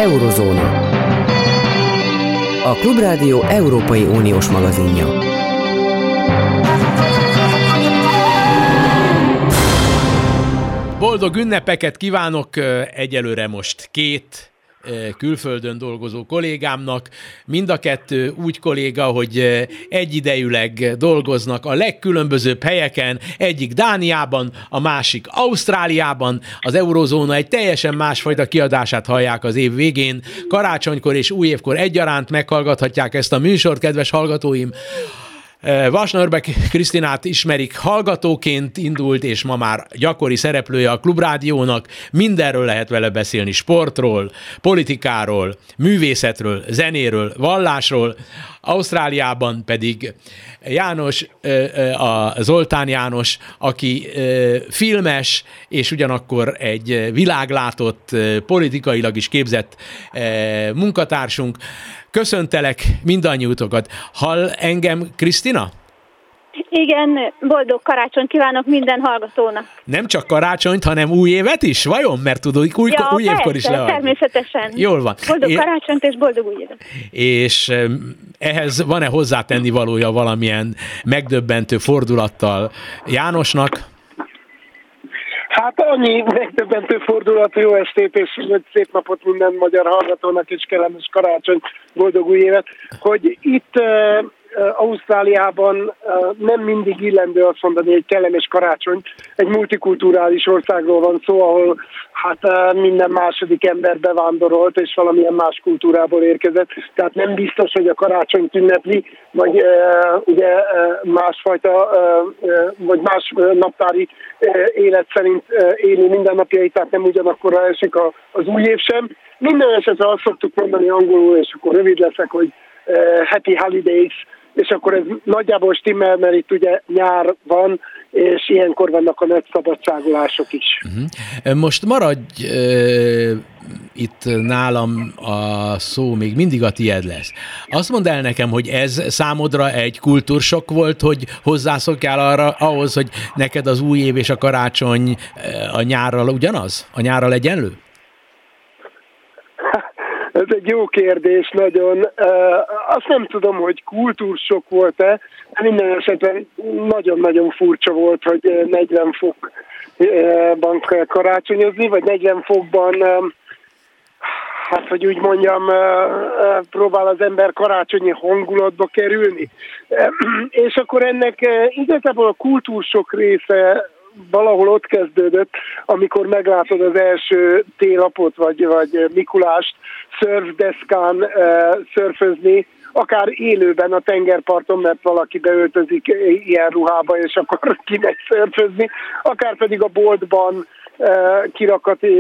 Eurozóna. A Klubrádió Európai Uniós magazinja. Boldog ünnepeket kívánok egyelőre most két külföldön dolgozó kollégámnak. Mind a kettő úgy kolléga, hogy egyidejűleg dolgoznak a legkülönbözőbb helyeken, egyik Dániában, a másik Ausztráliában. Az Eurozóna egy teljesen másfajta kiadását hallják az év végén. Karácsonykor és újévkor egyaránt meghallgathatják ezt a műsort, kedves hallgatóim. Vasnörbeck Krisztinát ismerik, hallgatóként indult, és ma már gyakori szereplője a Klubrádiónak. Mindenről lehet vele beszélni, sportról, politikáról, művészetről, zenéről, vallásról. Ausztráliában pedig János, a Zoltán János, aki filmes, és ugyanakkor egy világlátott, politikailag is képzett munkatársunk. Köszöntelek mindannyiutokat. Hall engem Krisztina? Igen, boldog karácsonyt kívánok minden hallgatónak. Nem csak karácsonyt, hanem új évet is? Vajon? Mert tudod, új évkor is leadjuk. Természetesen. Jól van. Boldog karácsonyt és boldog új évet. És ehhez van-e hozzátenni valója valamilyen megdöbbentő fordulattal Jánosnak? Hát annyi megdöbbentő fordulat, jó estét és szép napot minden magyar hallgatónak, és kellemes karácsony, boldog új évet, hogy itt Ausztráliában nem mindig illendő azt mondani, hogy kellemes karácsony. Egy multikulturális országról van szó, ahol hát minden második ember bevándorolt, és valamilyen más kultúrából érkezett. Tehát nem biztos, hogy a karácsonyt ünnepli, vagy ugye másfajta, vagy más naptári élet szerint éli mindennapjait, tehát nem ugyanakkorra esik az új év sem. Minden esetre azt szoktuk mondani angolul, és akkor rövid leszek, hogy Happy Holidays, és akkor ez nagyjából stimmel, mert itt ugye nyár van, és ilyenkor vannak a nagy szabadságolások is. Most maradj itt nálam a szó, még mindig a tied lesz. Azt mondd el nekem, hogy ez számodra egy kultúrsokk volt, hogy hozzászokjál ahhoz, hogy neked az új év és a karácsony a nyárral ugyanaz? A nyárral egyenlő? Ez egy jó kérdés, nagyon. Azt nem tudom, hogy kultúrsok volt-e, de minden esetben nagyon-nagyon furcsa volt, hogy 40 fokban kell karácsonyozni, vagy 40 fokban, hát hogy úgy mondjam, próbál az ember karácsonyi hangulatba kerülni. És akkor ennek igazából a kultúrsok része valahol ott kezdődött, amikor meglátod az első télapot, vagy Mikulást szörfdeszkán szörfözni, akár élőben a tengerparton, mert valaki beöltözik ilyen ruhába, és akkor kimegy szörfözni, akár pedig a boltban kirakati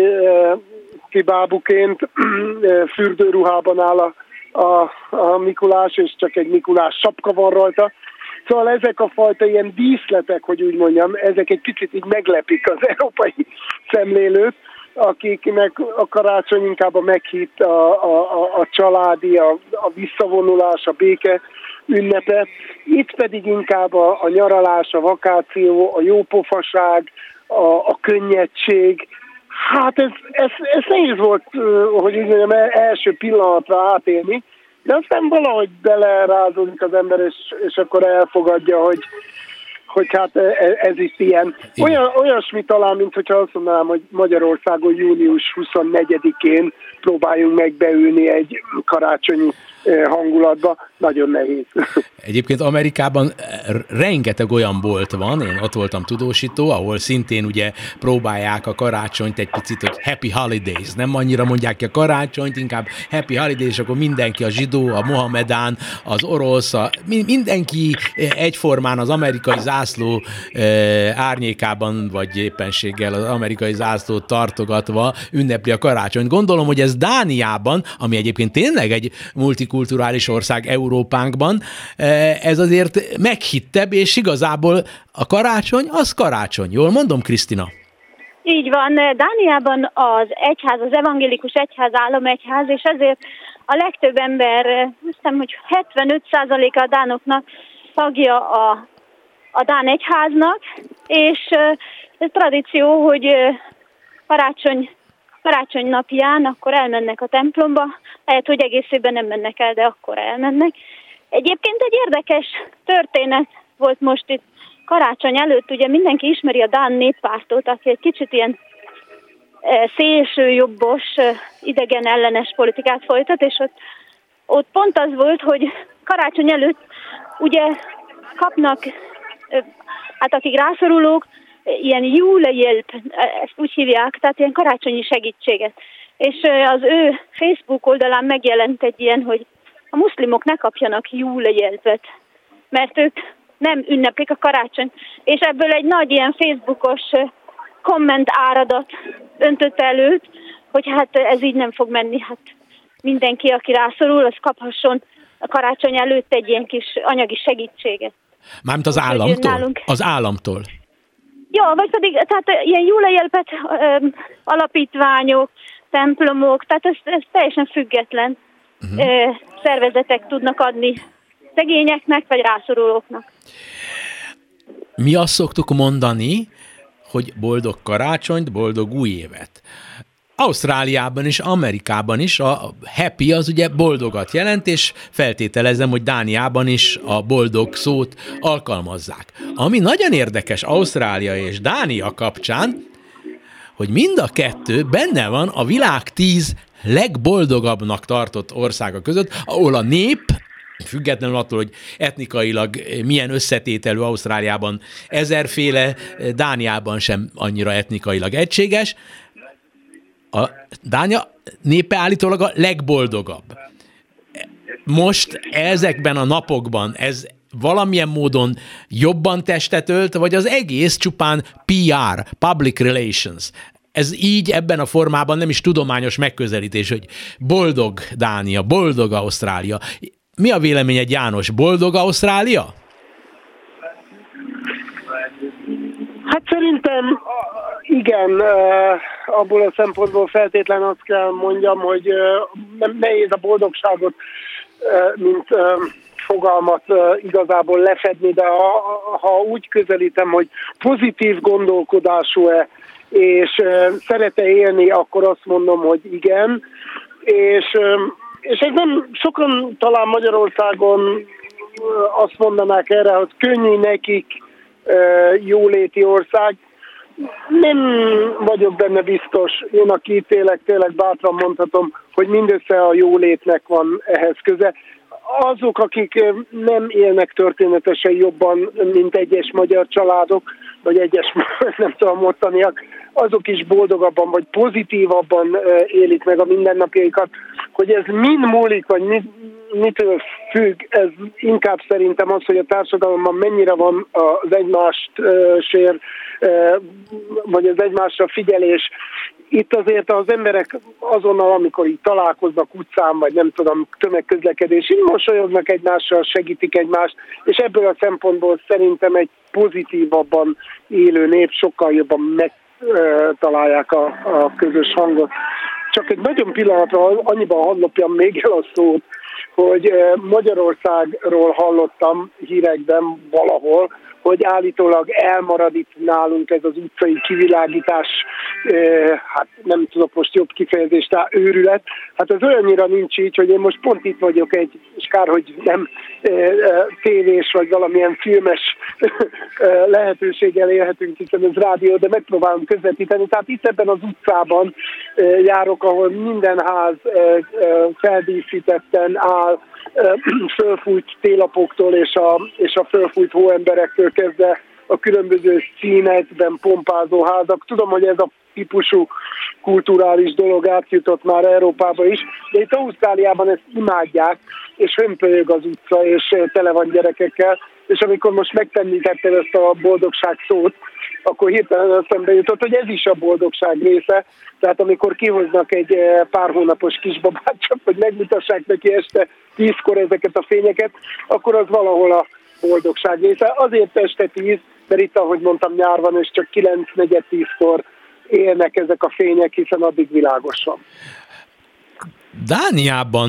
bábuként fürdőruhában áll a Mikulás, és csak egy Mikulás sapka van rajta. Szóval ezek a fajta ilyen díszletek, hogy úgy mondjam, ezek egy kicsit így meglepik az európai szemlélőt, akiknek a karácsony inkább a meghitt, a családi, a visszavonulás, a béke ünnepe. Itt pedig inkább a nyaralás, a vakáció, a jópofaság, a könnyedség. Hát ez nehéz volt, hogy úgy mondjam, első pillanatra átélni, de aztán valahogy belerázódik az ember, és akkor elfogadja, hogy hát ez is ilyen. Olyasmi talán, mint hogyha azt mondanám, hogy Magyarországon június 24-én próbáljunk meg beülni egy karácsonyi hangulatba. Nagyon nehéz. Egyébként Amerikában rengeteg olyan bolt van, én ott voltam tudósító, ahol szintén ugye próbálják a karácsonyt egy picit, hogy Happy Holidays. Nem annyira mondják ki a karácsonyt, inkább Happy Holidays, és akkor mindenki, a zsidó, a mohamedán, az orosz, mindenki egyformán az amerikai zászló árnyékában, vagy éppenséggel az amerikai zászlót tartogatva ünnepli a karácsonyt. Gondolom, hogy ez Dániában, ami egyébként tényleg egy multikulturális ország Európánkban, ez azért meghittebb, és igazából a karácsony az karácsony. Jól mondom, Krisztina? Így van. Dániában az egyház, az evangélikus egyház államegyház, és ezért a legtöbb ember, azt hiszem, hogy 75%-a a dánoknak tagja a dán egyháznak, és ez tradíció, hogy karácsony karácsony napján akkor elmennek a templomba, lehet, hogy egész évben nem mennek el, de akkor elmennek. Egyébként egy érdekes történet volt most itt karácsony előtt, ugye mindenki ismeri a Dán Néppártot, aki egy kicsit ilyen szélsőjobbos, idegen ellenes politikát folytat, és ott pont az volt, hogy karácsony előtt ugye kapnak, hát akik rászorulók, ilyen julehjälp, ezt úgy hívják, tehát ilyen karácsonyi segítséget. És az ő Facebook oldalán megjelent egy ilyen, hogy a muszlimok ne kapjanak julehjälpet, mert ők nem ünneplik a karácsony. És ebből egy nagy ilyen Facebookos komment áradat öntött előtt, hogy hát ez így nem fog menni, hát mindenki, aki rászorul, az kaphasson a karácsony előtt egy ilyen kis anyagi segítséget. Mármint az államtól? Az államtól. Ja, vagy pedig tehát ilyen julehjälpet alapítványok, templomok, tehát ez teljesen független szervezetek tudnak adni szegényeknek, vagy rászorulóknak. Mi azt szoktuk mondani, hogy boldog karácsonyt, boldog új évet. Ausztráliában és Amerikában is a happy az ugye boldogat jelent, és feltételezem, hogy Dániában is a boldog szót alkalmazzák. Ami nagyon érdekes Ausztrália és Dánia kapcsán, hogy mind a kettő benne van a világ 10 legboldogabbnak tartott országa között, ahol a nép, függetlenül attól, hogy etnikailag milyen összetételű, Ausztráliában ezerféle, Dániában sem annyira etnikailag egységes, a Dánia népe állítólag a legboldogabb. Most ezekben a napokban ez valamilyen módon jobban testet ölt, vagy az egész csupán PR, public relations. Ez így ebben a formában nem is tudományos megközelítés, hogy boldog Dánia, boldog Ausztrália. Mi a véleményed, János? Boldog Ausztrália? Hát szerintem igen, abból a szempontból feltétlenül azt kell mondjam, hogy nehéz a boldogságot, mint fogalmat igazából lefedni, de ha úgy közelítem, hogy pozitív gondolkodású-e, és szeret-e élni, akkor azt mondom, hogy igen. És ez nem sokan talán Magyarországon azt mondanák erre, hogy könnyű nekik jóléti ország. Nem vagyok benne biztos. Én, aki tényleg bátran mondhatom, hogy mindössze a jólétnek van ehhez köze. Azok, akik nem élnek történetesen jobban, mint egyes magyar családok, vagy egyes, nem tudom, mottaniak, azok is boldogabban, vagy pozitívabban élik meg a mindennapjaikat. Hogy ez mind múlik, vagy mitől függ, ez inkább szerintem az, hogy a társadalomban mennyire van az egymást sér, vagy az egymásra figyelés. Itt azért az emberek azonnal, amikor így találkoznak utcán, vagy nem tudom, tömegközlekedés, így mosolyognak egymással, segítik egymást, és ebből a szempontból szerintem egy pozitívabban élő nép sokkal jobban megtalálják a közös hangot. Csak egy nagyon pillanatra annyiban hadd lopjam még el a szót, hogy Magyarországról hallottam hírekben valahol, hogy állítólag elmarad itt nálunk ez az utcai kivilágítás, hát nem tudok most jobb kifejezést, őrület. Hát ez olyannyira nincs így, hogy én most pont itt vagyok és kár, hogy nem tévés vagy valamilyen filmes lehetőséggel élhetünk, hiszen ez rádió, de megpróbálom közvetíteni. Tehát itt ebben az utcában járok, ahol minden ház feldíszítetten áll, fölfújt télapoktól és a fölfújt hóemberektől kezdve a különböző színekben pompázó házak. Tudom, hogy ez a típusú kulturális dolog átjutott már Európába is, de itt Ausztráliában ezt imádják, és hömpölyög az utca, és tele van gyerekekkel, és amikor most megtemlítetted ezt a boldogság szót, akkor hirtelen eszembe jutott, hogy ez is a boldogság része. Tehát amikor kihoznak egy pár hónapos kisbabát, csak hogy megmutassák neki este 10-kor ezeket a fényeket, akkor az valahol a boldogság része. Azért este 10, mert itt, ahogy mondtam, nyár van, és csak 9-4-10-kor élnek ezek a fények, hiszen addig világos van. Dániában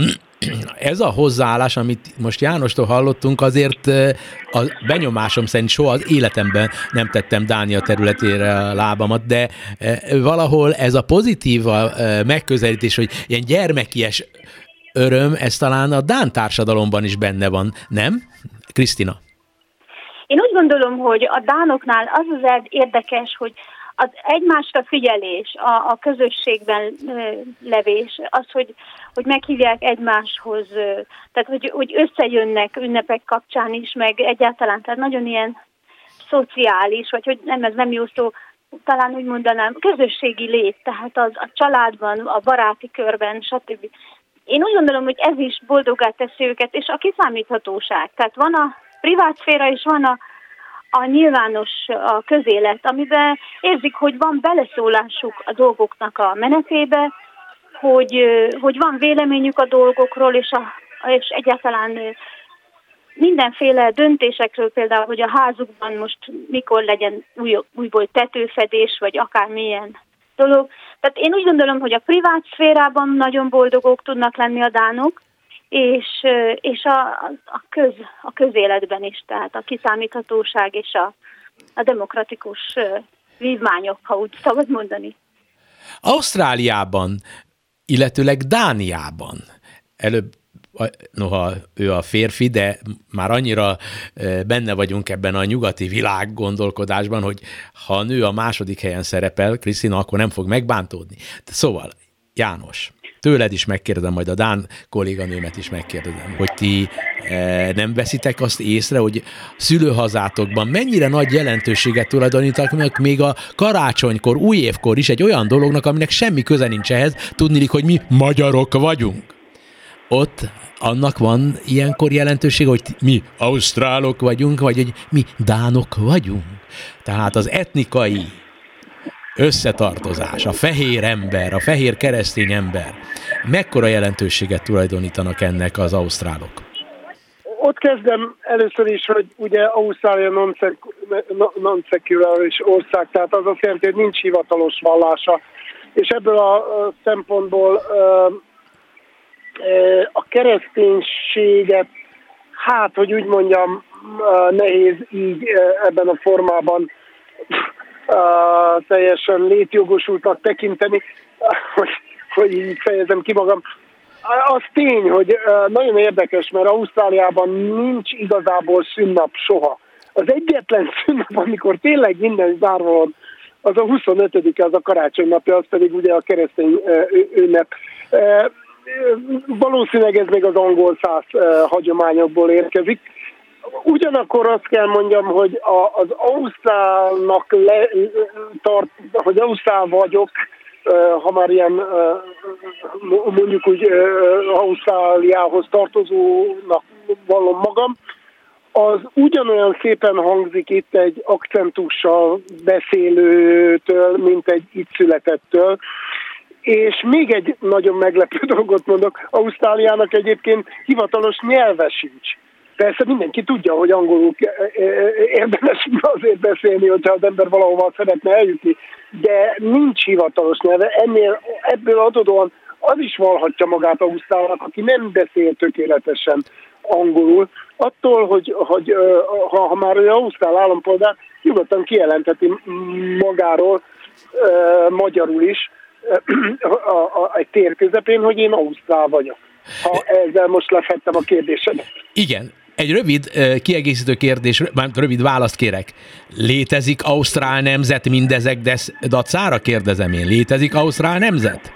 ez a hozzáállás, amit most Jánostól hallottunk, azért a benyomásom szerint soha az életemben nem tettem Dánia területére a lábamat, de valahol ez a pozitív megközelítés, hogy ilyen gyermekies öröm, ez talán a dán társadalomban is benne van, nem? Krisztina? Én úgy gondolom, hogy a dánoknál az érdekes, hogy az egymásra figyelés, a közösségben levés, az, hogy meghívják egymáshoz, tehát hogy összejönnek ünnepek kapcsán is, meg egyáltalán, tehát nagyon ilyen szociális, vagy hogy nem, ez nem jó szó, talán úgy mondanám, közösségi lét, tehát a családban, a baráti körben, stb. Én úgy gondolom, hogy ez is boldoggá teszi őket, és a kiszámíthatóság. Tehát van a privát szféra, és van a nyilvános a közélet, amiben érzik, hogy van beleszólásuk a dolgoknak a menetébe, hogy van véleményük a dolgokról, és egyáltalán mindenféle döntésekről, például, hogy a házukban most mikor legyen újból tetőfedés, vagy akármilyen dolog. Tehát én úgy gondolom, hogy a privát szférában nagyon boldogok tudnak lenni a dánok, és a közéletben is, tehát a kiszámíthatóság és a demokratikus vívmányok, ha úgy szabad mondani. Ausztráliában, illetőleg Dániában, előbb, noha ő a férfi, de már annyira benne vagyunk ebben a nyugati világ gondolkodásban, hogy ha a nő a második helyen szerepel, Krisztina, akkor nem fog megbántódni. Szóval, János, tőled is megkérdezem, majd a dán kolléganőmet is megkérdezem, hogy ti nem veszitek azt észre, hogy szülőhazátokban mennyire nagy jelentőséget tulajdonítanak még a karácsonykor, újévkor is egy olyan dolognak, aminek semmi köze nincs ehhez, tudniillik, hogy mi magyarok vagyunk. Ott annak van ilyenkor jelentőség, hogy mi ausztrálok vagyunk, vagy hogy mi dánok vagyunk. Tehát az etnikai összetartozás, a fehér ember, a fehér keresztény ember, mekkora jelentőséget tulajdonítanak ennek az ausztrálok? Ott kezdem először is, hogy ugye Ausztrália non-secular ország, tehát az azt jelenti, hogy nincs hivatalos vallása, és ebből a szempontból a kereszténységet, hát, hogy úgy mondjam, nehéz így ebben a formában teljesen létjogosultnak tekinteni, hogy így fejezem ki magam. Az tény, hogy nagyon érdekes, mert Ausztráliában nincs igazából szünnap soha. Az egyetlen szünnap, amikor tényleg minden zárva van, az a 25-e, az a karácsony napja, az pedig ugye a keresztény ünnep. Valószínűleg ez még az angol száz hagyományokból érkezik. Ugyanakkor azt kell mondjam, hogy az ausztrálnak hogy ausztrál vagyok, ha már ilyen mondjuk úgy Ausztráliához tartozónak vallom magam, az ugyanolyan szépen hangzik itt egy akcentussal beszélőtől, mint egy itt születettől. És még egy nagyon meglepő dolgot mondok, Ausztráliának egyébként hivatalos nyelve sincs. Persze mindenki tudja, hogy angolul érdemes azért beszélni, hogyha az ember valahova szeretne eljutni, de nincs hivatalos nyelve. Ebből adódóan az is vallhatja magát Ausztrálnak, aki nem beszél tökéletesen angolul. Attól, hogy ha már ő ausztrál állampolgár, nyugodtan kijelenteti magáról magyarul is, egy tér közepén, hogy én ausztrál vagyok. Ha ezzel most lefettem a kérdésedet. Igen. Egy rövid kiegészítő kérdés, már rövid választ kérek. Létezik ausztrál nemzet mindezek dacára, kérdezem én. Létezik ausztrál nemzet?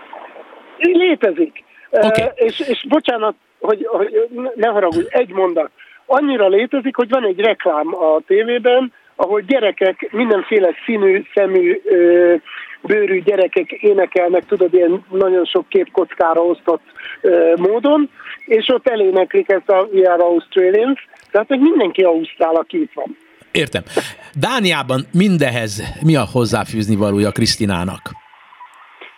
Létezik. Okay. És bocsánat, hogy ne haragudj, egy mondat. Annyira létezik, hogy van egy reklám a tévében, ahol gyerekek, mindenféle színű, szemű, bőrű gyerekek énekelnek, tudod, ilyen nagyon sok képkockára osztott módon, és ott eléneklik ezt a We Are Australians, tehát hogy mindenki ausztrál, aki itt van. Értem. Dániában mindehez mi a hozzáfűzni valója Krisztinának?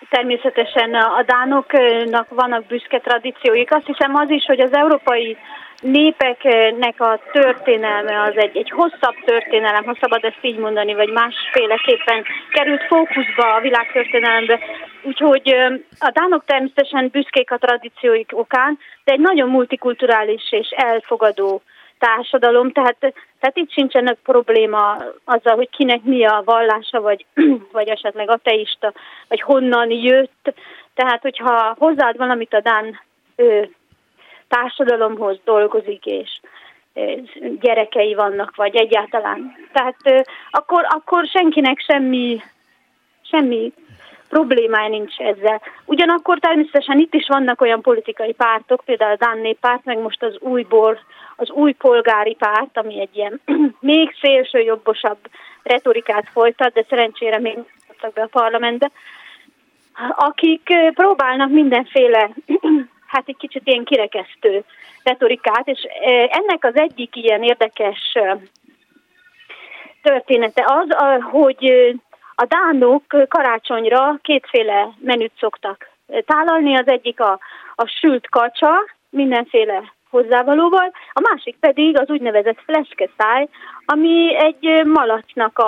Természetesen a dánoknak vannak büszke tradícióik. Azt hiszem az is, hogy az európai népeknek a történelme az egy hosszabb történelem, ha szabad ezt így mondani, vagy másféleképpen került fókuszba a világtörténelembe. Úgyhogy a dánok természetesen büszkék a tradícióik okán, de egy nagyon multikulturális és elfogadó társadalom, tehát itt sincsenek probléma azzal, hogy kinek mi a vallása, vagy esetleg ateista, vagy honnan jött. Tehát, hogyha hozzáad valamit a dán társadalomhoz, dolgozik, és gyerekei vannak, vagy egyáltalán. Tehát akkor senkinek semmi problémája nincs ezzel. Ugyanakkor természetesen itt is vannak olyan politikai pártok, például a Dán Néppárt, meg most az új polgári párt, ami egy ilyen még szélsőjobbosabb retorikát folytat, de szerencsére még nem jutottak be a parlamentbe, akik próbálnak mindenféle, hát egy kicsit ilyen kirekesztő retorikát, és ennek az egyik ilyen érdekes története az, hogy a dánok karácsonyra kétféle menüt szoktak tálalni, az egyik a sült kacsa, mindenféle hozzávalóval, a másik pedig az úgynevezett fläskeszáj, ami egy malacnak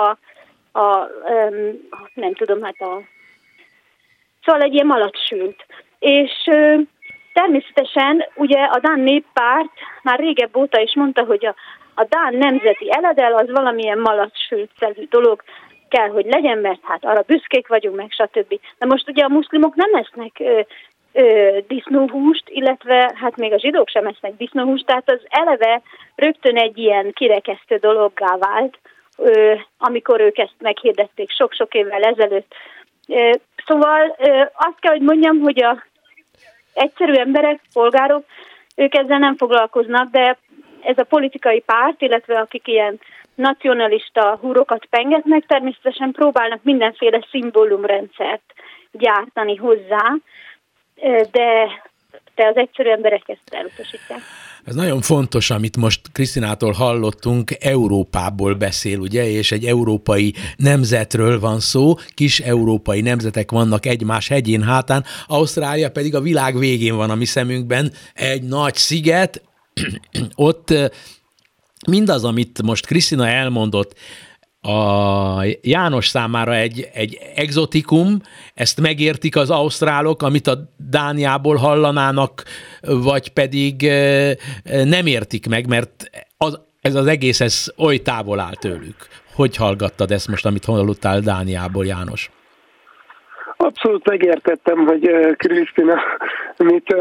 szóval egy ilyen malacsült. És természetesen ugye a Dán Néppárt már régebb óta is mondta, hogy a dán nemzeti eledel az valamilyen malacsültszerű dolog kell, hogy legyen, mert hát arra büszkék vagyunk, meg stb. De most ugye a muszlimok nem esznek disznóhúst, illetve hát még a zsidók sem esznek disznóhúst, tehát az eleve rögtön egy ilyen kirekesztő dologgá vált, amikor ők ezt meghirdették sok-sok évvel ezelőtt. Szóval azt kell, hogy mondjam, hogy az egyszerű emberek, polgárok, ők ezzel nem foglalkoznak, de ez a politikai párt, illetve akik ilyen nacionalista húrokat pengetnek, természetesen próbálnak mindenféle szimbólumrendszert gyártani hozzá, de az egyszerű emberek ezt elutasítják. Ez nagyon fontos, amit most Krisztinától hallottunk, Európából beszél, ugye, és egy európai nemzetről van szó, kis európai nemzetek vannak egymás hegyén hátán, Ausztrália pedig a világ végén van a mi szemünkben, egy nagy sziget, ott mindaz, amit most Krisztina elmondott, a János számára egy egzotikum, ezt megértik az ausztrálok, amit a Dániából hallanának, vagy pedig nem értik meg, mert ez az egész ez oly távol áll tőlük. Hogy hallgattad ezt most, amit hallottál Dániából, János? Abszolút megértettem, hogy Krisztina mit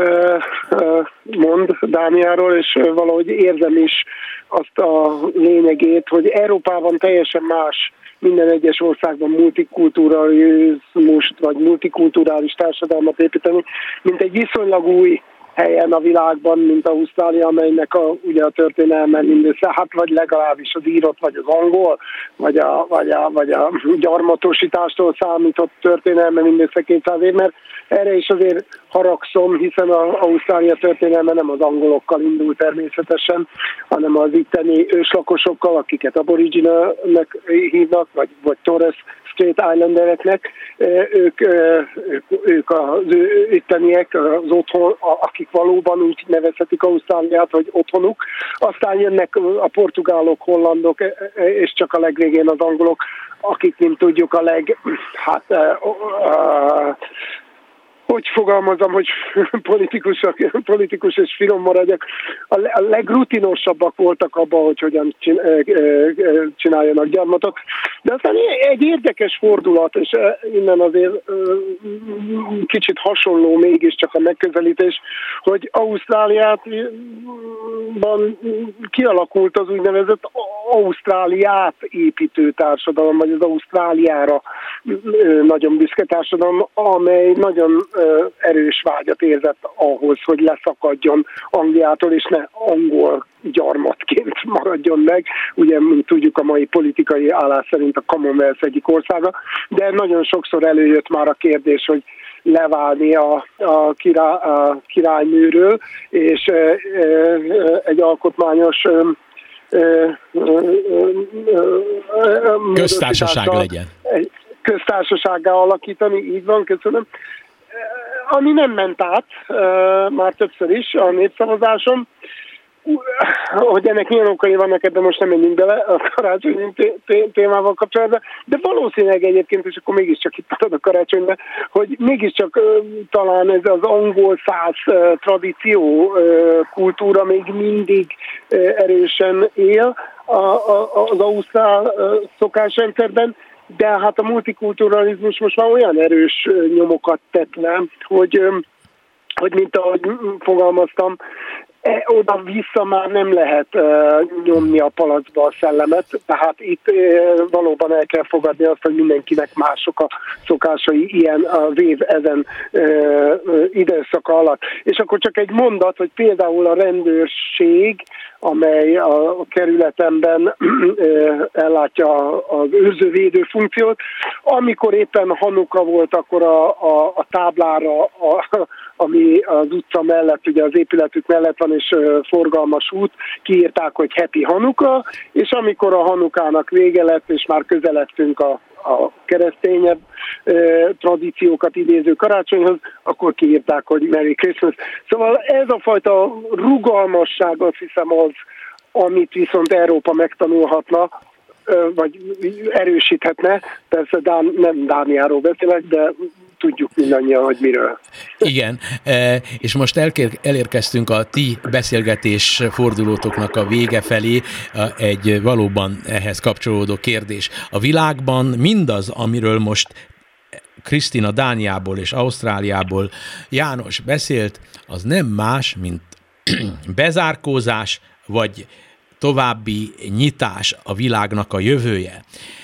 mond Dániáról, és valahogy érzem is azt a lényegét, hogy Európában teljesen más minden egyes országban multikulturalizmust vagy multikulturális társadalmat építeni, mint egy viszonylag új helyen a világban, mint Ausztrália, amelynek ugye a történelme mindössze, hát vagy legalábbis az írott, vagy az angol, vagy a gyarmatosítástól számított történelme mindössze 200 év, mert erre is azért haragszom, hiszen az Ausztrália történelme nem az angolokkal indul természetesen, hanem az itteni őslakosokkal, akiket aboriginalnek hívnak, vagy Torres Strait Islandereknek, ők az itteniek, az otthon, akik valóban úgy nevezhetik Ausztráliát, hogy otthonuk. Aztán jönnek a portugálok, hollandok, és csak a legvégén az angolok, akik, mint tudjuk, hogy fogalmazom, hogy politikus és finom maradjak, a legrutinosabbak voltak abban, hogy hogyan csináljanak gyarmatot. De aztán egy érdekes fordulat, és innen azért kicsit hasonló mégiscsak a megközelítés, hogy Ausztráliában kialakult az úgynevezett Ausztráliát építő társadalom, vagy az Ausztráliára nagyon büszke társadalom, amely nagyon erős vágyat érzett ahhoz, hogy leszakadjon Angliától, és ne angol gyarmatként maradjon meg. Ugye, mint tudjuk, a mai politikai állás szerint a Commonwealth egyik országa, de nagyon sokszor előjött már a kérdés, hogy leválni a királynőről, és egy alkotmányos köztársaság legyen. Köztársasággá alakítani, így van, köszönöm. Ami nem ment át, már többször is a népszavazáson, hogy ennek milyen okai vannak, ebben most nem menjünk bele a karácsonyi témával kapcsolatban, de valószínűleg egyébként, és akkor mégiscsak itt marad a karácsonyban, hogy mégiscsak talán ez az angol száz tradíció, kultúra még mindig erősen él az ausztrál szokásrendszerben, de hát a multikulturalizmus most már olyan erős nyomokat tett le, hogy mint ahogy fogalmaztam, oda-vissza már nem lehet nyomni a palacba a szellemet, tehát itt valóban el kell fogadni azt, hogy mindenkinek mások a szokásai ilyen az év ezen időszaka alatt. És akkor csak egy mondat, hogy például a rendőrség, amely a kerületemben ellátja az őrzővédő funkciót. Amikor éppen Hanuka volt, akkor a táblára, ami az utca mellett, ugye az épületük mellett van, és forgalmas út, kiírták, hogy Happy Hanuka, és amikor a Hanukának vége lett, és már közeledtünk a keresztényebb tradíciókat idéző karácsonyhoz, akkor kiírták, hogy Merry Christmas. Szóval ez a fajta rugalmasság, azt hiszem az, amit viszont Európa megtanulhatna, vagy erősíthetne. Persze nem Dániáról beszélek, de tudjuk mindannyian, hogy miről. Igen, és most elérkeztünk a ti beszélgetés fordulótoknak a vége felé, egy valóban ehhez kapcsolódó kérdés. A világban mindaz, amiről most Krisztina Dániából és Ausztráliából János beszélt, az nem más, mint bezárkózás, vagy további nyitás a világnak a jövője.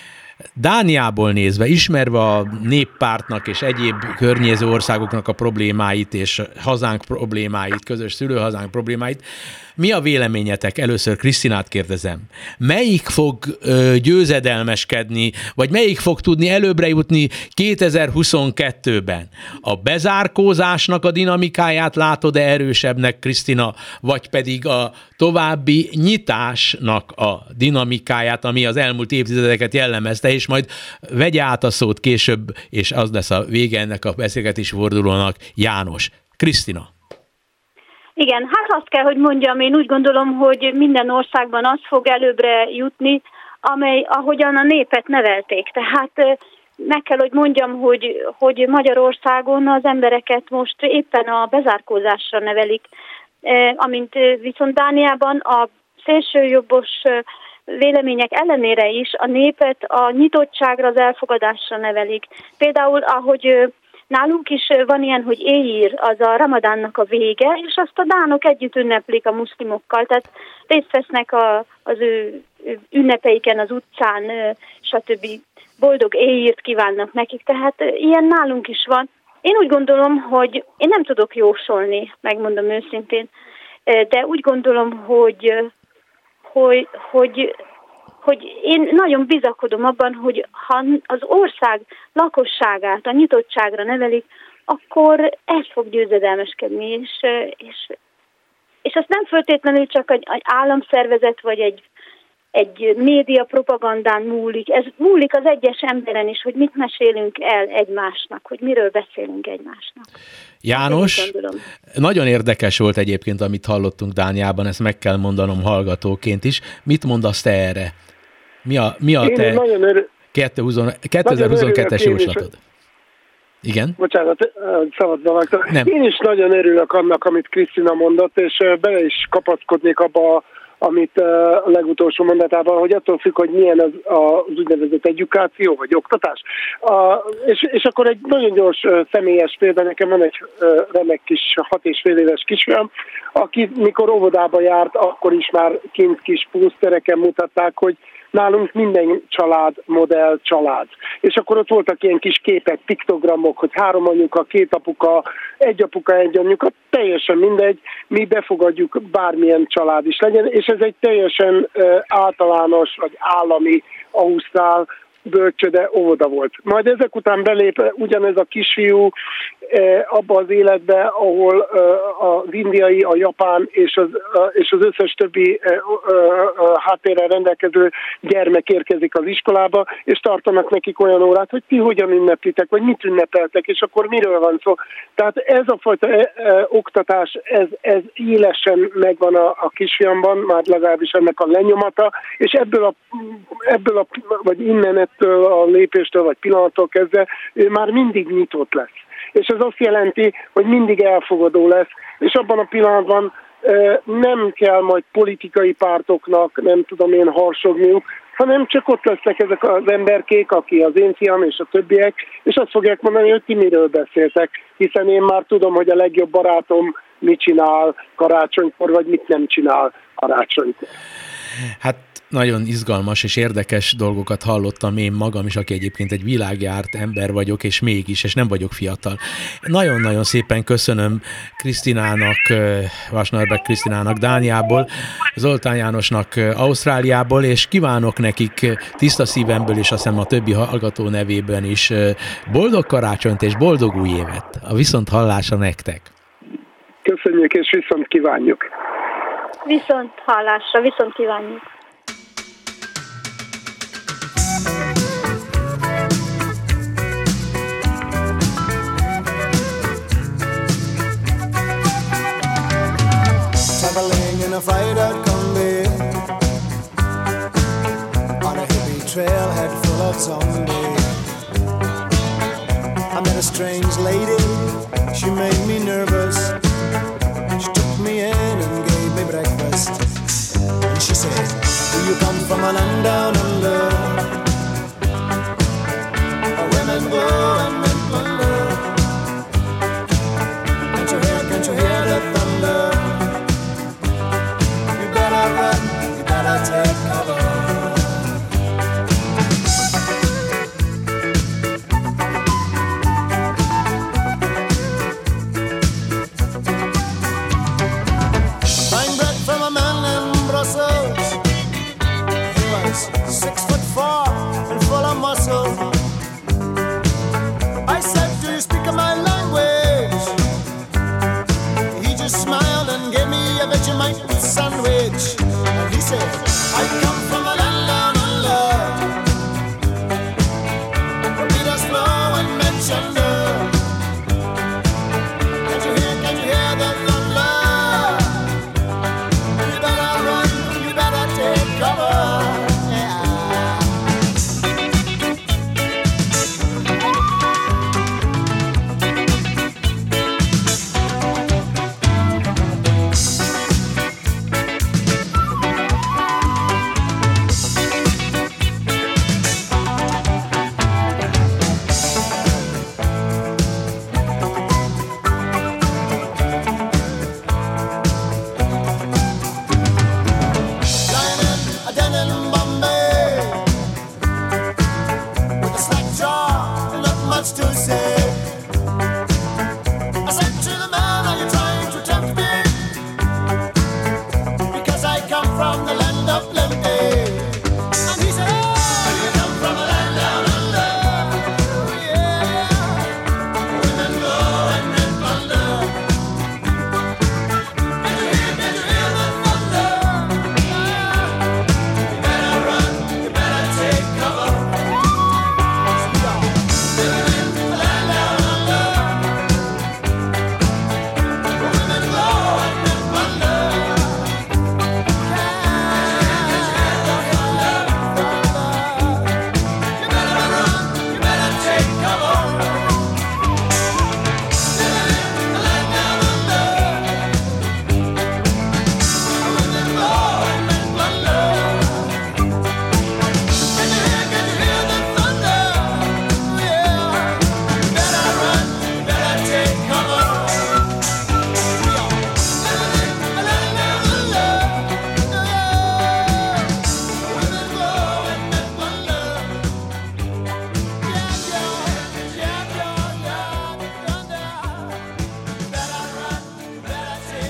Dániából nézve, ismerve a néppártnak és egyéb környező országoknak a problémáit és hazánk problémáit, közös szülőhazánk problémáit, mi a véleményetek? Először Krisztinát kérdezem. Melyik fog győzedelmeskedni, vagy melyik fog tudni előbbre jutni 2022-ben? A bezárkózásnak a dinamikáját látod-e erősebbnek, Krisztina, vagy pedig a további nyitásnak a dinamikáját, ami az elmúlt évtizedeket jellemezte, és majd vegye át a szót később, és az lesz a vége ennek a beszélgetés fordulónak. János. Krisztina. Igen, hát azt kell, hogy mondjam, én úgy gondolom, hogy minden országban az fog előbbre jutni, ahogyan a népet nevelték. Tehát meg kell, hogy mondjam, hogy Magyarországon az embereket most éppen a bezárkózásra nevelik, amint viszont Dániában a szélsőjobbos vélemények ellenére is a népet a nyitottságra, az elfogadásra nevelik. Például, ahogy nálunk is van ilyen, hogy éjír, az a ramadánnak a vége, és azt a dánok együtt ünneplik a muszlimokkal, tehát részt vesznek az ő ünnepeiken az utcán, stb. Boldog éjírt kívánnak nekik, tehát ilyen nálunk is van. Én úgy gondolom, hogy én nem tudok jósolni, megmondom őszintén, de úgy gondolom, hogy én nagyon bizakodom abban, hogy ha az ország lakosságát a nyitottságra nevelik, akkor ez fog győzedelmeskedni, és azt nem feltétlenül csak egy államszervezet vagy egy média propagandán múlik. Ez múlik az egyes emberen is, hogy mit mesélünk el egymásnak, hogy miről beszélünk egymásnak. János, nagyon érdekes volt egyébként, amit hallottunk Dániában, ezt meg kell mondanom hallgatóként is. Mit mondasz te erre? Mi a te 2022-es jóslatod? Igen? Bocsánat, szabadba vágtam. Én is nagyon örülök annak, amit Krisztina mondott, és bele is kapaszkodnék abba, amit a legutolsó mondatában, hogy attól függ, hogy milyen az úgynevezett edukáció, vagy oktatás. És akkor egy nagyon gyors személyes példa, nekem van egy remek kis 6,5 éves kisfiam, aki mikor óvodába járt, akkor is már kint kis pósztereken mutatták, hogy nálunk minden család, modell család. És akkor ott voltak ilyen kis képek, piktogramok, hogy 3 anyuka, 2 apuka, 1 apuka, 1 anyuka, teljesen mindegy, mi befogadjuk bármilyen család is legyen, és ez egy teljesen általános vagy állami ausztrál bölcsöde, óvoda volt. Majd ezek után belép ugyanez a kisfiú abba az életbe, ahol az indiai, a japán és az összes többi háttérrel rendelkező gyermek érkezik az iskolába, és tartanak nekik olyan órát, hogy ti hogyan ünneplitek, vagy mit ünnepeltek, és akkor miről van szó. Tehát ez a fajta oktatás, ez élesen megvan a kisfiamban, már legalábbis ennek a lenyomata, és ebből vagy innen ettől a lépéstől, vagy pillanattól kezdve ő már mindig nyitott lesz. És ez azt jelenti, hogy mindig elfogadó lesz, és abban a pillanatban nem kell majd politikai pártoknak, nem tudom én, harsogniuk, hanem csak ott lesznek ezek az emberkék, aki az én fiam és a többiek, és azt fogják mondani, hogy ti miről beszéltek, hiszen én már tudom, hogy a legjobb barátom mit csinál karácsonykor, vagy mit nem csinál karácsonykor. Hát nagyon izgalmas és érdekes dolgokat hallottam én magam is, aki egyébként egy világjárt ember vagyok, és mégis, és nem vagyok fiatal. Nagyon-nagyon szépen köszönöm Krisztinának, Vasnarbeck Krisztinának Dániából, Zoltán Jánosnak Ausztráliából, és kívánok nekik tiszta szívemből, és azt hiszem a többi hallgató nevében is boldog karácsonyt és boldog új évet. A viszont hallásra nektek. Köszönjük, és viszont kívánjuk. Viszont hallásra, viszont kívánjuk. Traveling in a fried-out combi on a hippie trailhead full of zombies. I met a strange lady, she made me nervous. She took me in and gave me breakfast. And she said, do you come from a land down under, where women go and men plunder? Can't you hear the thunder? You better run, you better take cover. Buying bread from a man in Brussels. He was 6 foot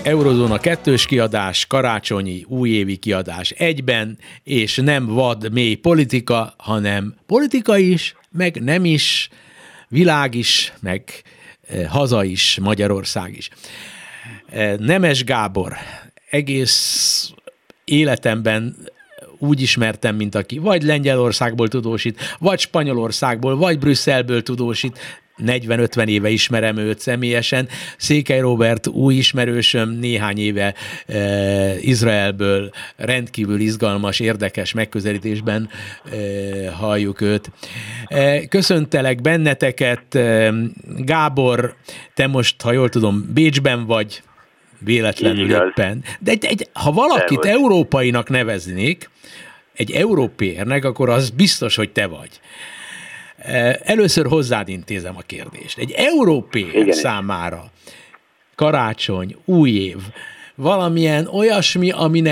Eurozóna 2-ös kiadás, karácsonyi, újévi kiadás egyben, és nem vad mély politika, hanem politika is, meg nem is, világ is, meg haza is, Magyarország is. Nemes Gábor, egész életemben úgy ismertem, mint aki vagy Lengyelországból tudósít, vagy Spanyolországból, vagy Brüsszelből tudósít, 40-50 éve ismerem őt személyesen. Székely Róbert új ismerősöm, néhány éve Izraelből rendkívül izgalmas, érdekes megközelítésben halljuk őt. Köszöntelek benneteket. Gábor, te most, ha jól tudom, Bécsben vagy, véletlenül éppen. De ha valakit európainak neveznék, egy európérnek, akkor az biztos, hogy te vagy. Először hozzád intézem a kérdést. Egy európér számára karácsony, új év, valamilyen olyasmi,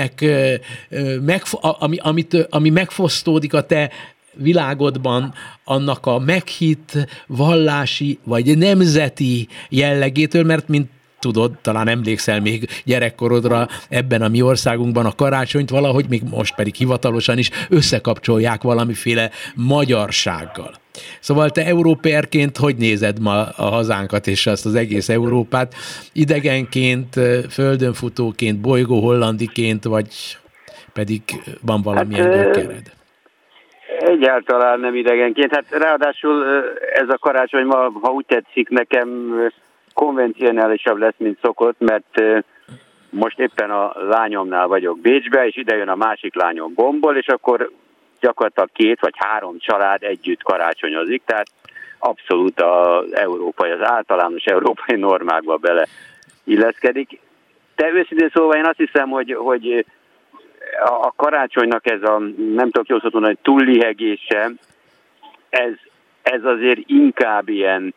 ami megfosztódik a te világodban, annak a meghitt, vallási vagy nemzeti jellegétől, mert mint tudod, talán emlékszel még gyerekkorodra, ebben a mi országunkban a karácsonyt valahogy, még most pedig hivatalosan is összekapcsolják valamiféle magyarsággal. Szóval te európérként hogy nézed ma a hazánkat és azt az egész Európát? Idegenként, földönfutóként, bolygóhollandiként, vagy pedig van valamilyen gyökered? Egyáltalán nem idegenként. Hát ráadásul ez a karácsony ma, ha úgy tetszik, nekem konvencionálisabb lesz, mint szokott, mert most éppen a lányomnál vagyok Bécsbe, és ide jön a másik lányom Gombból, és akkor gyakorlatilag 2 vagy 3 család együtt karácsonyozik, tehát abszolút az általános európai normákba beleilleszkedik. De őszintén szóval én azt hiszem, hogy a karácsonynak ez a, nem tudok jól szóval mondani, túllihegése, ez azért inkább ilyen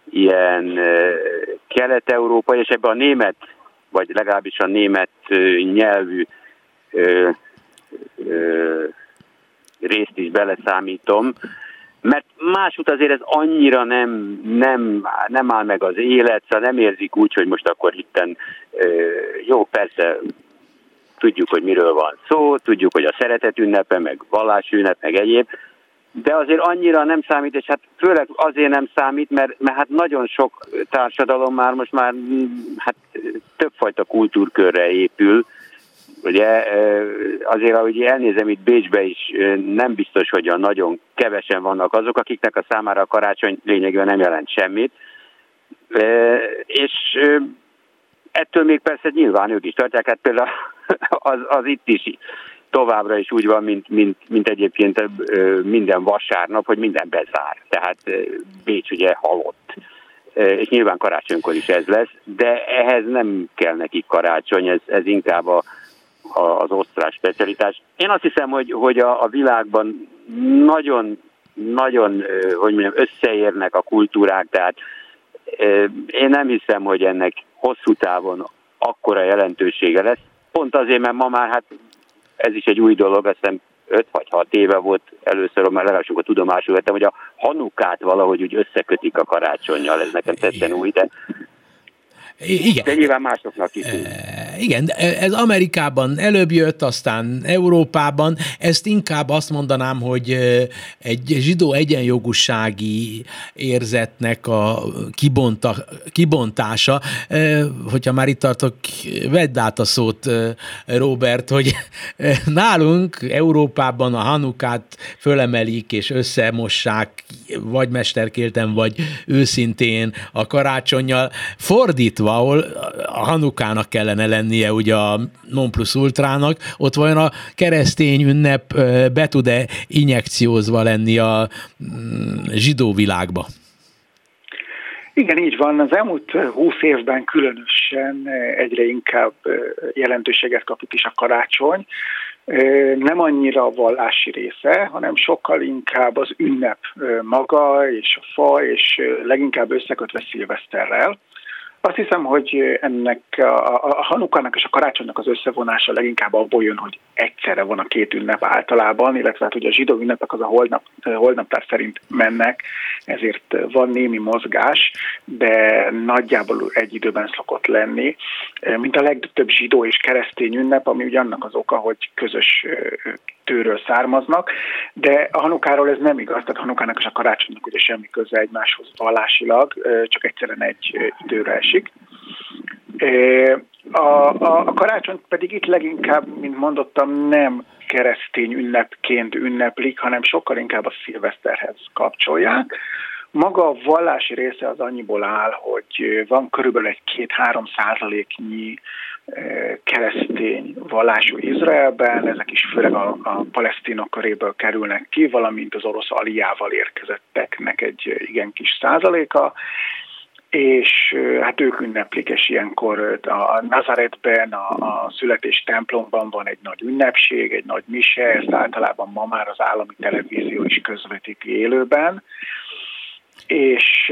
kelet-európai, és ebben a német, vagy legalábbis a német nyelvű részt is beleszámítom, mert másút azért ez annyira nem áll meg az élet, szóval nem érzik úgy, hogy most akkor itten jó, persze tudjuk, hogy miről van szó, tudjuk, hogy a szeretet ünnepe, meg vallásünnep, meg egyéb, de azért annyira nem számít, és hát főleg azért nem számít, mert hát nagyon sok társadalom most már hát többfajta kultúrkörre épül. Ugye azért, ahogy elnézem itt Bécsbe is, nem biztos, hogy nagyon kevesen vannak azok, akiknek a számára a karácsony lényegében nem jelent semmit. És ettől még persze nyilván ők is tartják, hát például az itt is továbbra is úgy van, mint egyébként minden vasárnap, hogy minden bezár. Tehát Bécs ugye halott. És nyilván karácsonykor is ez lesz, de ehhez nem kell nekik karácsony, ez inkább az osztrák specialitás. Én azt hiszem, hogy a világban nagyon hogy mondjam, összeérnek a kultúrák, tehát én nem hiszem, hogy ennek hosszú távon akkora jelentősége lesz. Pont azért, mert ma már hát ez is egy új dolog, azt hiszem 5 vagy 6 éve volt először, már legalább sokat tudomásul vettem, hogy a Hanukát valahogy úgy összekötik a karácsonnyal, ez nekem tetten új, de igen. De nyilván másoknak is. Igen, ez Amerikában előbb jött, aztán Európában. Ezt inkább azt mondanám, hogy egy zsidó egyenjogúsági érzetnek a kibontása. Hogyha már itt tartok, vedd át a szót, Róbert, hogy nálunk Európában a Hanukát fölemelik és összemossák, vagy mesterkélten, vagy őszintén a karácsonnyal. Fordítva, ahol a Hanukának kellene lennie ugye a non plus ultrának, ott vajon a keresztény ünnep be tud-e injekciózva lenni a zsidó világba? Igen, így van. Az elmúlt 20 évben különösen egyre inkább jelentőséget kapott is a karácsony. Nem annyira a vallási része, hanem sokkal inkább az ünnep maga és a fa, és leginkább összekötve szilveszterrel. Azt hiszem, hogy ennek a Hanukának és a karácsonynak az összevonása leginkább abból jön, hogy egyszerre van a két ünnep általában, illetve hát, hogy a zsidó ünnepek az a holnaptár szerint mennek, ezért van némi mozgás, de nagyjából egy időben szokott lenni, mint a legtöbb zsidó és keresztény ünnep, ami ugye annak az oka, hogy közös tőről származnak, de a Hanukáról ez nem igaz, tehát Hanukának és a karácsonynak ugye semmi köze egymáshoz vallásilag, csak egyszerűen egy időre esik. A karácsony pedig itt leginkább, mint mondottam, nem keresztény ünnepként ünneplik, hanem sokkal inkább a szilveszterhez kapcsolják. Maga a vallási része az annyiból áll, hogy van körülbelül egy 2-3% keresztény vallású Izraelben, ezek is főleg a palesztinok köréből kerülnek ki, valamint az orosz aliával érkezetteknek egy igen kis százaléka, és hát ők ünneplik, és ilyenkor a Nazaretben, a születés templomban van egy nagy ünnepség, egy nagy mise, ezt általában ma már az állami televízió is közvetíti élőben, és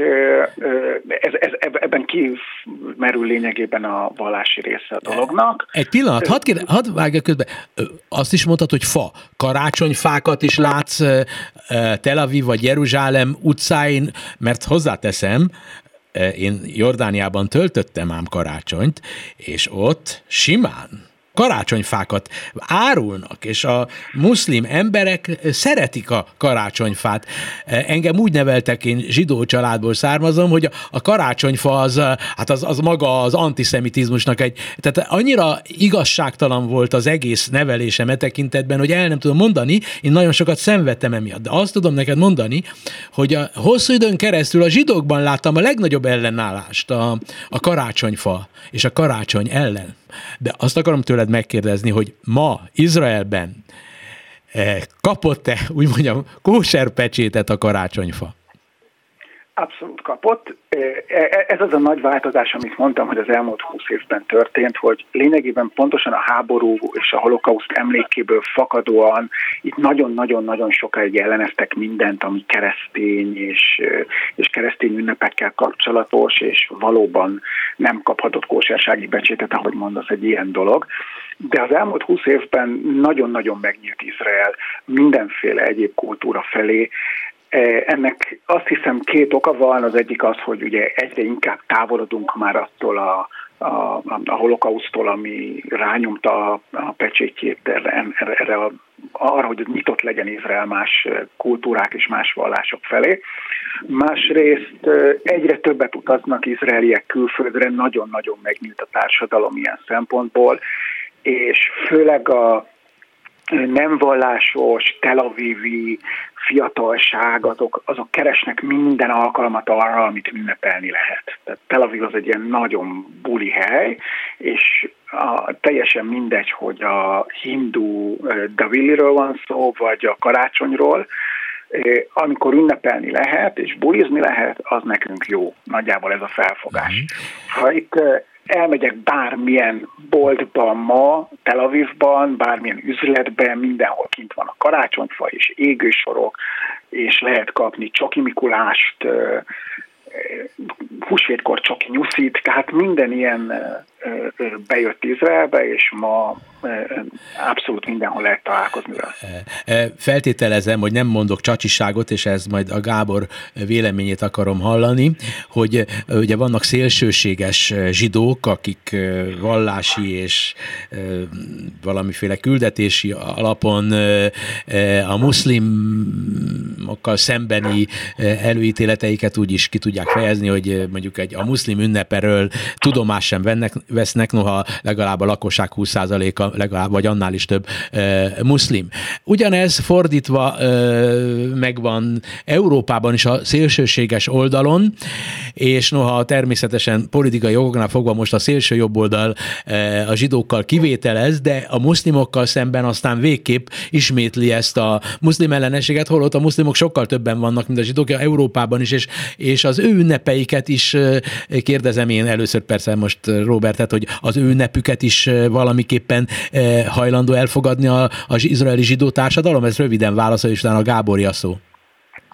ebben kimerül lényegében a vallási része a dolognak. Egy pillanat, hadd vágja közben. Azt is mondtad, hogy fa. Karácsonyfákat is látsz Tel Aviv vagy Jeruzsálem utcáin, mert hozzáteszem, én Jordániában töltöttem ám karácsonyt, és ott simán karácsonyfákat árulnak, és a muszlim emberek szeretik a karácsonyfát. Engem úgy neveltek, én zsidó családból származom, hogy a karácsonyfa az maga az antiszemitizmusnak tehát annyira igazságtalan volt az egész nevelésem e tekintetben, hogy el nem tudom mondani, én nagyon sokat szenvedtem emiatt, de azt tudom neked mondani, hogy a hosszú időn keresztül a zsidókban láttam a legnagyobb ellenállást a karácsonyfa és a karácsony ellen. De azt akarom tőled megkérdezni, hogy ma Izraelben kapott-e, úgy mondjam, kóser pecsétet a karácsonyfa? Abszolút kapott. Ez az a nagy változás, amit mondtam, hogy az elmúlt 20 évben történt, hogy lényegében pontosan a háború és a holokauszt emlékéből fakadóan itt nagyon-nagyon-nagyon sokáig elleneztek mindent, ami keresztény és keresztény ünnepekkel kapcsolatos, és valóban nem kaphatott kósersági becsétet, ahogy mondasz, egy ilyen dolog. De az elmúlt 20 évben nagyon-nagyon megnyílt Izrael mindenféle egyéb kultúra felé. Ennek azt hiszem 2 oka van, az egyik az, hogy ugye egyre inkább távolodunk már attól a holokausztól, ami rányomta a pecsétjét arra, hogy nyitott legyen Izrael más kultúrák és más vallások felé. Másrészt egyre többet utaznak izraeliek külföldre, nagyon-nagyon megnyílt a társadalom ilyen szempontból, és főleg a nem vallásos, Tel Avivi fiatalság, azok keresnek minden alkalmat arra, amit ünnepelni lehet. Tehát Tel Aviv az egy ilyen nagyon buli hely, és teljesen mindegy, hogy a hindu Daviliről van szó, vagy a karácsonyról, amikor ünnepelni lehet, és bulizni lehet, az nekünk jó. Nagyjából ez a felfogás. Ha itt elmegyek bármilyen boltban ma, Tel Avivban, bármilyen üzletben, mindenhol kint van a karácsonyfa és égősorok, és lehet kapni Csoki Mikulást, húsvétkor Csoki Nyuszit, tehát minden ilyen bejött Izraelbe, és ma abszolút mindenhol lehet találkozni vele. Feltételezem, hogy nem mondok csacsiságot, és ez majd a Gábor véleményét akarom hallani, hogy ugye vannak szélsőséges zsidók, akik vallási és valamiféle küldetési alapon a muszlimokkal szembeni előítéleteiket úgy is ki tudják fejezni, hogy mondjuk a muszlim ünneperől tudomást sem vesznek, noha legalább a lakosság 20%-a legalább, vagy annál is több muszlim. Ugyanez fordítva megvan Európában is a szélsőséges oldalon, és noha természetesen politikai okoknál fogva most a szélső jobb oldal a zsidókkal kivételez, de a muszlimokkal szemben aztán végképp ismétli ezt a muszlim ellenességet, holott a muszlimok sokkal többen vannak, mint a zsidók Európában is, és az ő ünnepeiket is kérdezem én először persze most Robertet, hogy az ő ünnepüket is valamiképpen hajlandó elfogadni az izraeli zsidó társadalom? Ez röviden válaszol, és utána a Gábori a szó.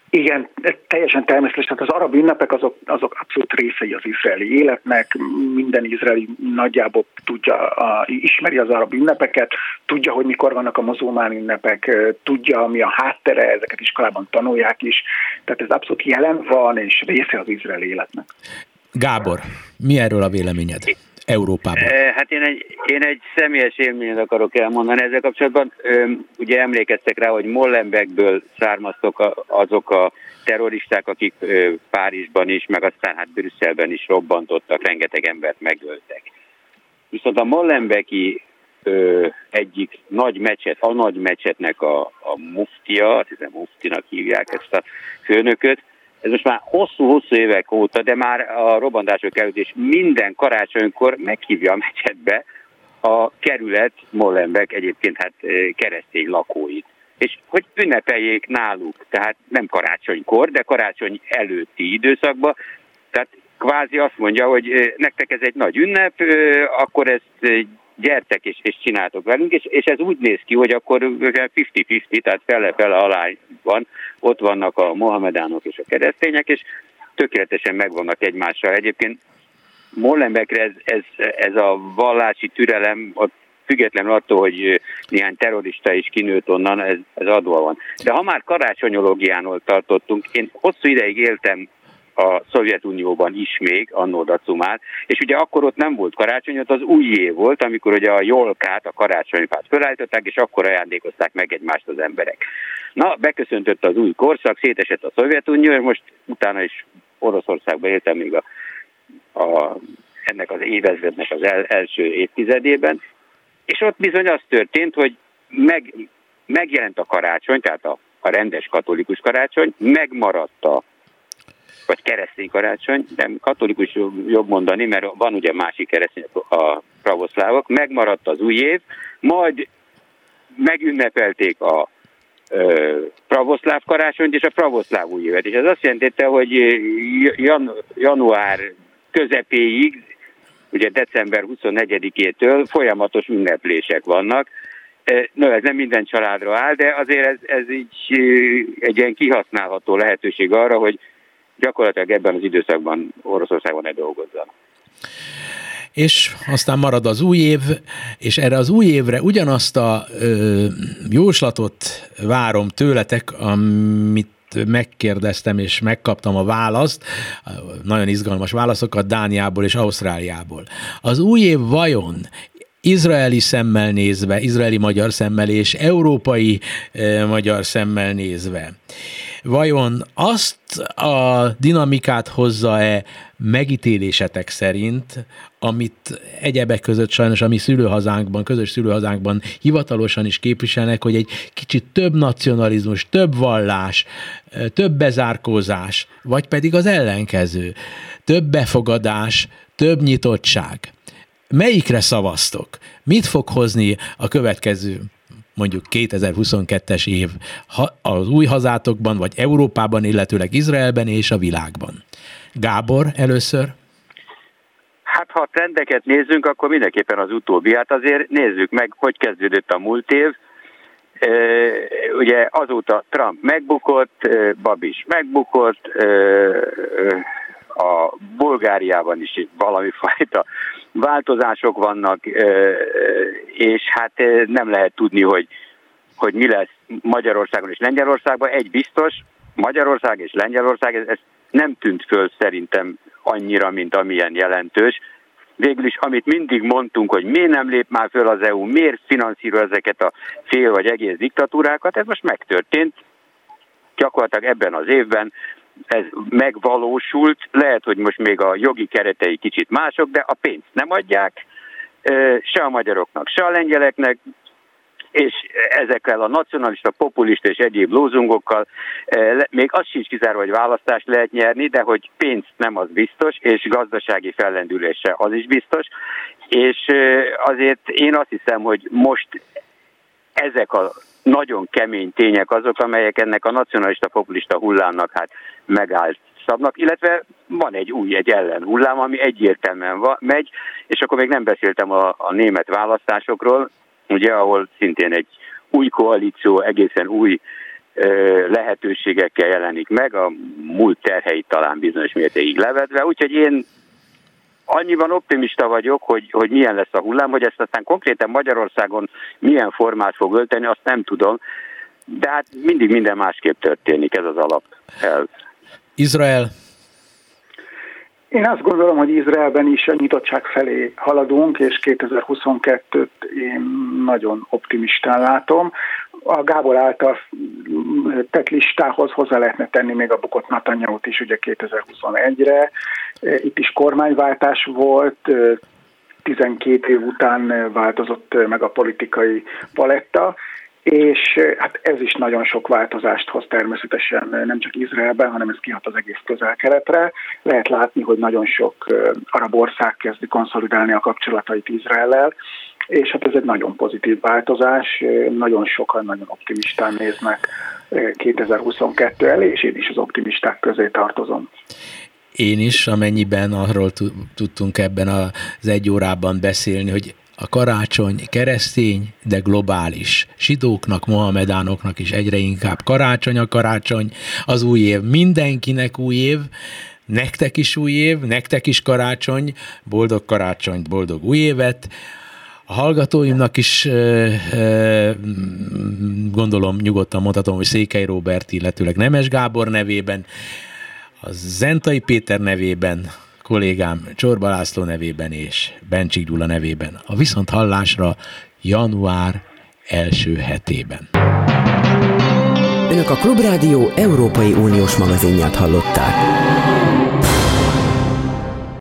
Igen, teljesen természetes. Tehát az arab ünnepek azok abszolút részei az izraeli életnek. Minden izraeli nagyjából ismeri az arab ünnepeket, tudja, hogy mikor vannak a muzulmán ünnepek, tudja, mi a háttere, ezeket iskolában tanulják is. Tehát ez abszolút jelen van, és része az izraeli életnek. Gábor, mi erről a véleményed Európában? Hát én egy személyes élményt akarok elmondani ezzel kapcsolatban. Ugye emlékeztek rá, hogy Molenbeekből származtok azok a terroristák, akik Párizsban is, meg aztán hát Brüsszelben is robbantottak, rengeteg embert megöltek. Viszont a molenbeeki egyik nagy mecset, a nagy mecsetnek a muftia, azt hiszem muftinak hívják ezt a főnököt, ez most már hosszú-hosszú évek óta, de már a robbantások előtt és minden karácsonykor meghívja a mecsetbe a kerület Molenbeek egyébként hát keresztény lakóit. És hogy ünnepeljék náluk, tehát nem karácsonykor, de karácsony előtti időszakban. Tehát kvázi azt mondja, hogy nektek ez egy nagy ünnep, akkor ezt gyertek és csináltok velünk, és ez úgy néz ki, hogy akkor 50-50, tehát fele-fele alányban ott vannak a mohamedánok és a keresztények, és tökéletesen megvannak egymással. Egyébként Molenbeekre ez a vallási türelem, függetlenül attól, hogy néhány terrorista is kinőtt onnan, ez adva van. De ha már karácsonyológiánól tartottunk, én hosszú ideig éltem a Szovjetunióban is még, annó dacumát, és ugye akkor ott nem volt karácsony, ott az új év volt, amikor ugye a jolkát, a karácsonyfát felállították, és akkor ajándékozták meg egymást az emberek. Na, beköszöntött az új korszak, szétesett a Szovjetunió, és most utána is Oroszországban éltem még ennek az évezrednek az első évtizedében, és ott bizony az történt, hogy megjelent a karácsony, tehát a rendes katolikus karácsony, megmaradt vagy keresztény karácsony, de katolikus jobb mondani, mert van ugye másik keresztény, a pravoszlávok, megmaradt az új év, majd megünnepelték a pravoszláv karácsonyt és a pravoszláv új évet. És ez azt jelentette, hogy január közepéig, ugye december 24-től folyamatos ünneplések vannak. No, ez nem minden családra áll, de azért ez így egy ilyen kihasználható lehetőség arra, hogy gyakorlatilag ebben az időszakban Oroszországban ne dolgozzanak. És aztán marad az új év, és erre az új évre ugyanazt a jóslatot várom tőletek, amit megkérdeztem, és megkaptam a választ, nagyon izgalmas válaszokat Dániából és Ausztráliából. Az új év vajon izraeli szemmel nézve, izraeli magyar szemmel és európai magyar szemmel nézve, vajon azt a dinamikát hozza-e megítélésetek szerint, amit egyebek között sajnos a mi szülőhazánkban, közös szülőhazánkban hivatalosan is képviselnek, hogy egy kicsit több nacionalizmus, több vallás, több bezárkózás, vagy pedig az ellenkező, több befogadás, több nyitottság. Melyikre szavaztok? Mit fog hozni a következő, mondjuk 2022-es év az új hazátokban, vagy Európában, illetőleg Izraelben és a világban? Gábor, először? Hát ha a trendeket nézzünk, akkor mindenképpen az utóbbi. Hát azért nézzük meg, hogy kezdődött a múlt év. Ugye azóta Trump megbukott, Babis megbukott, a Bulgáriában is valami fajta változások vannak, és hát nem lehet tudni, hogy mi lesz Magyarországon és Lengyelországban. Egy biztos, Magyarország és Lengyelország, ez nem tűnt föl szerintem annyira, mint amilyen jelentős. Végül is, amit mindig mondtunk, hogy miért nem lép már föl az EU, miért finanszíroz ezeket a fél vagy egész diktatúrákat, ez most megtörtént. Gyakorlatilag ebben az évben ez megvalósult, lehet, hogy most még a jogi keretei kicsit mások, de a pénzt nem adják, se a magyaroknak, se a lengyeleknek, és ezekkel a nacionalista, populista és egyéb lózungokkal még az sincs kizárva, hogy választást lehet nyerni, de hogy pénzt nem, az biztos, és gazdasági fellendülése az is biztos, és azért én azt hiszem, hogy most ezek a nagyon kemény tények azok, amelyek ennek a nacionalista-populista hullámnak hát megállt szabnak, illetve van egy ellenhullám, ami egyértelműen megy, és akkor még nem beszéltem a német választásokról, ugye, ahol szintén egy új koalíció, egészen új lehetőségekkel jelenik meg, a múlt terheit talán bizonyos mértékig levedve, úgyhogy én annyiban optimista vagyok, hogy milyen lesz a hullám, hogy ezt aztán konkrétan Magyarországon milyen formát fog ölteni, azt nem tudom, de hát mindig minden másképp történik, ez az alap. Izrael? Én azt gondolom, hogy Izraelben is a nyitottság felé haladunk, és 2022-t én nagyon optimistán látom. A Gábor által tett listához hozzá lehetne tenni még a bukott Netanyahut is ugye 2021-re. Itt is kormányváltás volt, 12 év után változott meg a politikai paletta, és hát ez is nagyon sok változást hoz természetesen, nem csak Izraelben, hanem ez kihat az egész Közel-Keletre. Lehet látni, hogy nagyon sok arab ország kezdi konszolidálni a kapcsolatait Izraellel, és hát ez egy nagyon pozitív változás, nagyon sokan nagyon optimistán néznek 2022 elé, és én is az optimisták közé tartozom. Én is, amennyiben arról tudtunk ebben az egy órában beszélni, hogy a karácsony keresztény, de globális. Zsidóknak, mohamedánoknak is egyre inkább karácsony, az új év mindenkinek új év, nektek is új év, nektek is karácsony, boldog karácsonyt, boldog új évet. A hallgatóimnak is gondolom nyugodtan mondhatom, hogy Székely Róbert, illetőleg Nemes Gábor nevében, a Zentai Péter nevében, kollégám Csorba László nevében és Bencsik Gyula nevében a viszonthallásra január első hetében. Önök a Klubrádió Európai Uniós magazinját hallották.